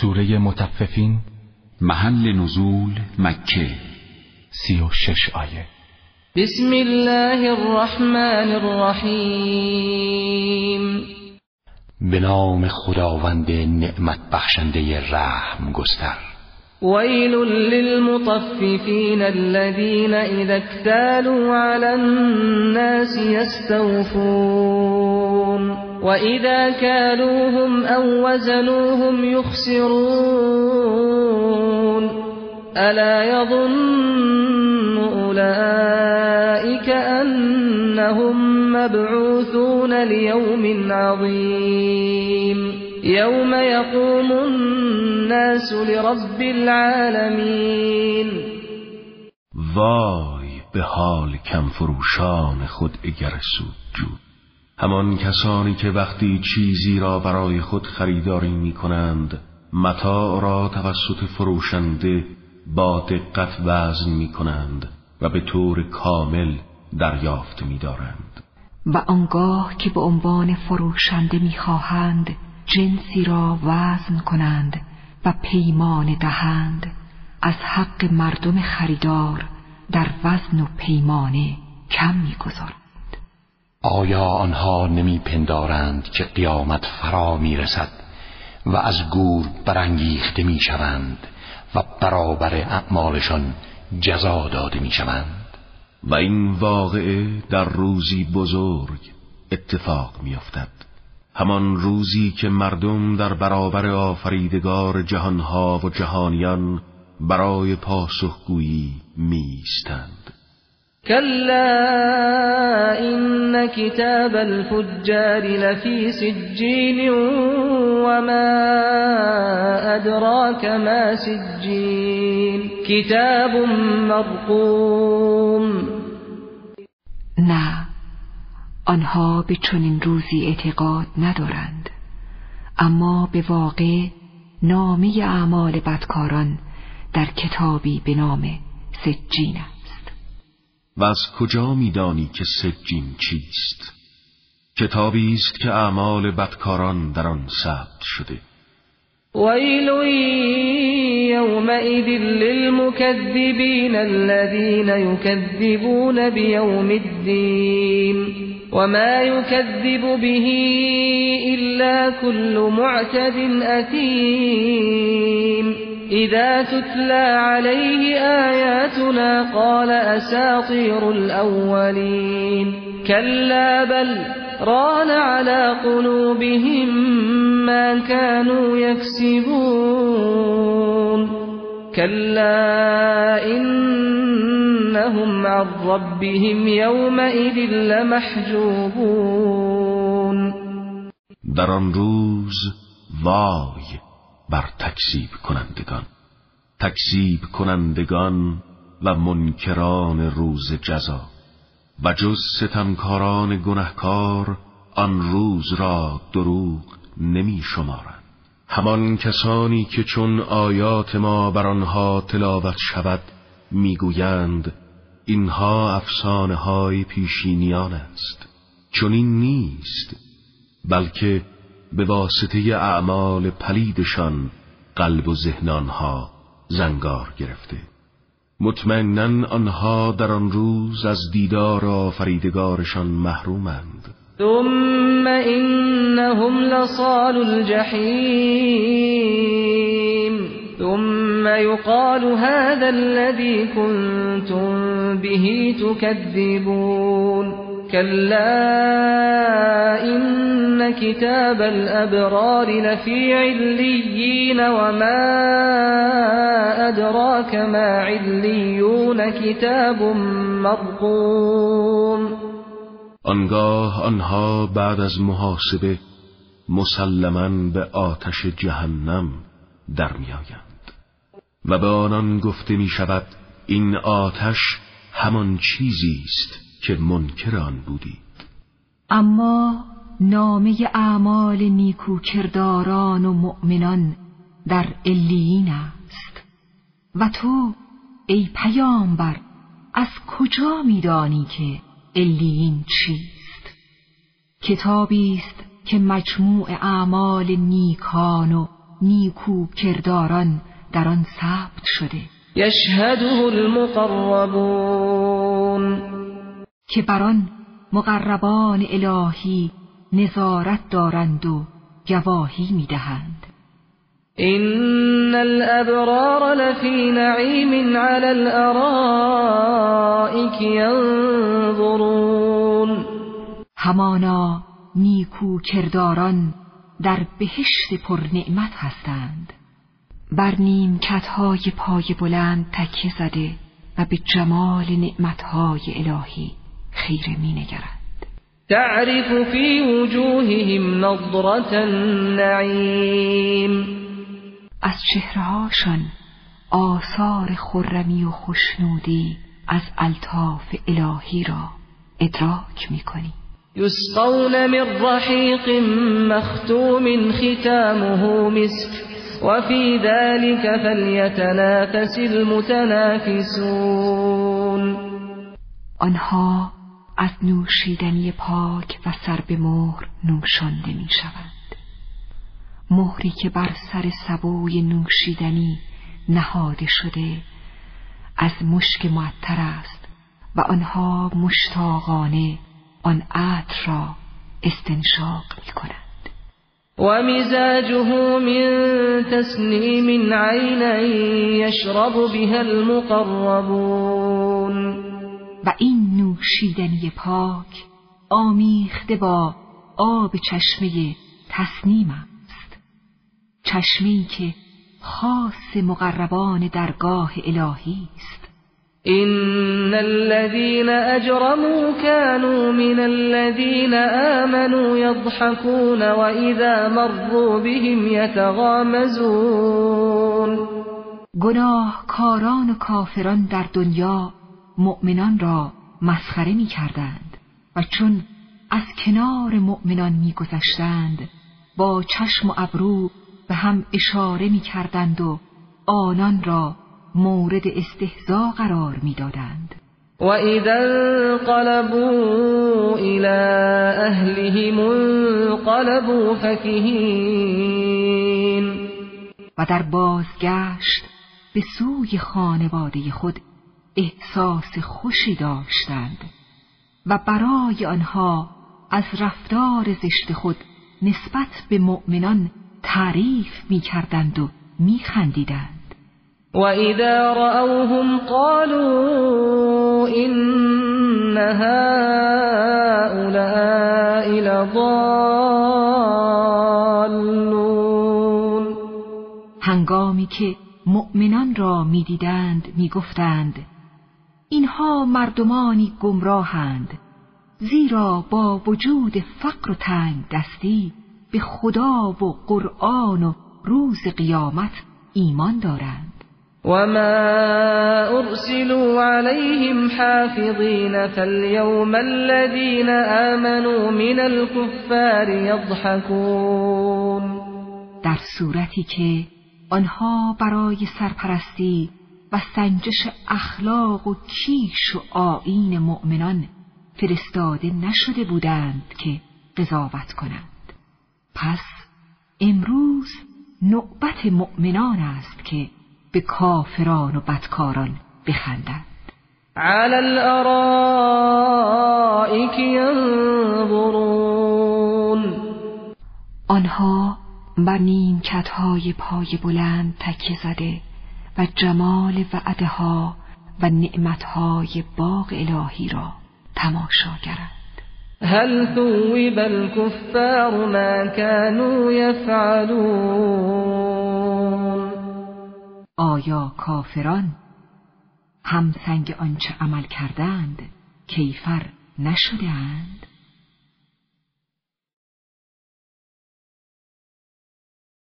سوره مطففین. محل نزول مکه. 36 آیه. بسم الله الرحمن الرحیم. به نام خداوند نعمت بخشنده رحم گستر. ویل للمطففین الذین اذا اکتالوا علی الناس یستوفون واذا کالوهم او وزنوهم یخسرون الا یظن اولئک انهم مبعوثون لیوم عظیم یوم یقوم الناس لرب العالمین. وای به حال کم فروشان خود اگر سودجو، همان کسانی که وقتی چیزی را برای خود خریداری می کنند متاع را توسط فروشنده با دقت وزن می کنند و به طور کامل دریافت می دارند. و آنگاه که به عنوان فروشنده می خواهند جنسی را وزن کنند و پیمان دهند، از حق مردم خریدار در وزن و پیمانه کم می‌گذارند. آیا آنها نمی‌پندارند که قیامت فرا می‌رسد و از گور برانگیخته می‌شوند و برابر اعمالشان جزا داده می‌شوند؟ و این واقعه در روزی بزرگ اتفاق می‌افتد، همان روزی که مردم در برابر آفریدگار جهانها و جهانیان برای پاسخگویی می‌ایستند. کلا این کتاب الفجار لفی سجین وما ادراک ما سجین کتاب مرقوم. نه، آنها به چنین روزی اعتقاد ندارند، اما به واقع نامه اعمال بدکاران در کتابی به نام سجین است. و از کجا می‌دانی که سجین چیست؟ کتابی است که اعمال بدکاران در آن ثبت شده. ویل یومئذ للمکذبین الذین یکذبون بیوم الدین وما یکذب به الا كل معتد اثیم اذا تتلى علیه آیاتنا قال اساطیر الاولین کلا بل ران على قلوبهم ما كانوا يكسبون كلا إنهم عن ربهم يومئذ لمحجوبون. در آن روز وای بر تکذیب کنندگان و منکران روز جزا، و جز ستمکاران گنهکار آن روز را دروغ نمی شمارند. همان کسانی که چون آیات ما بر آنها تلاوت شود میگویند اینها افسانه های پیشینیان است. چنین نیست، بلکه به واسطه اعمال پلیدشان قلب و ذهن آنها زنگار گرفته. مطمئناً آنها در آن روز از دیدار آفریدگارشان محرومند. ثم انهم لصال الجحیم ثم يقال هذا الذي كنتم به تكذبون كلا إن كتاب الأبرار لفي عليين وما أدراك ما عليون كتاب مرقوم. آنگاه آنها بعد از محاسبه مسلماً به آتش جهنم در میآیند و به آنان گفته می شود این آتش همان چیزی است که منکر آن بودید. اما نامه اعمال نیکوکرداران و مؤمنان در علیین است و تو ای پیامبر از کجا می‌دانی که علیین چیست؟ کتابی است که مجموع اعمال نیکان و نیکو کرداران در آن ثبت شده. یشهده المقربون که بر آن مقربان الهی نظارت دارند و گواهی می‌دهند. إن الأبرار لفي نعيم على الأرائك ينظرون همانا نیکو کرداران در بهشت پر نعمت هستند، بر نیمکت‌های پای بلند تکیه زده و به جمال نعمت‌های الهی خیره می‌نگرند. تعرف في وجوههم نضرة النعیم از چهره‌هاشان آثار خرمی و خوشنودی از الطاف الهی را ادراک می‌کنی. یسقون من رحیق مختوم ختامه مسک وفي ذلك فلیتنافس المتنافسون آنها از نوشیدنی پاک و سر به مهر نوشانده می‌شوند، مهری که بر سر سبوی نوشیدنی نهاده شده از مشک معطر است و آنها مشتاقانه آن عطر را استنشاق می‌کنند. و مزاجه من تسنیم عینا یشرب بها المقربون و این نوشیدنی پاک آمیخته با آب چشمه تسنیم است، چشمه‌ای که خاص مقربان درگاه الهی است. إن الذين أجرموا كانوا من الذين آمنوا يضحكون وإذا مروا بهم يتغامزون گناهکاران و کافران در دنیا مؤمنان را مسخره می کردند و چون از کنار مؤمنان می گذشتند با چشم و ابرو به هم اشاره می کردند و آنان را مورد استهزاء قرار می دادند. و اذا انقلبوا الى اهلهم انقلبوا فکهین و در بازگشت به سوی خانواده خود احساس خوشی داشتند و برای آنها از رفتار زشت خود نسبت به مؤمنان تعریف می کردند و می خندیدند. وَإِذَا رَأَوْهُمْ قَالُوا إِنَّ هَؤُلَاءِ لَضَالُّونَ هنگامی که مؤمنان را می‌دیدند می‌گفتند اینها مردمانی گمراهند، زیرا با وجود فقر و تنگ دستی به خدا و قرآن و روز قیامت ایمان دارند. وما أرسلوا عليهم حافظين فاليوم الذين آمنوا من الكفار يضحكون در صورتی که آنها برای سرپرستی و سنجش اخلاق و کیش و آیین مؤمنان فرستاده نشده بودند که قضاوت کنند، پس امروز نوبت مؤمنان است که به کافران و بدکاران بخندند. علی الارائک ینظرون آنها بر نیمکت‌های پای بلند تکیه زده و جمال وعدها و نعمتهای باغ الهی را تماشاگرند. هل ثوب الكفار ما كانوا يفعلون آیا کافران همسنگ آنچه عمل کردند کیفر نشده‌اند؟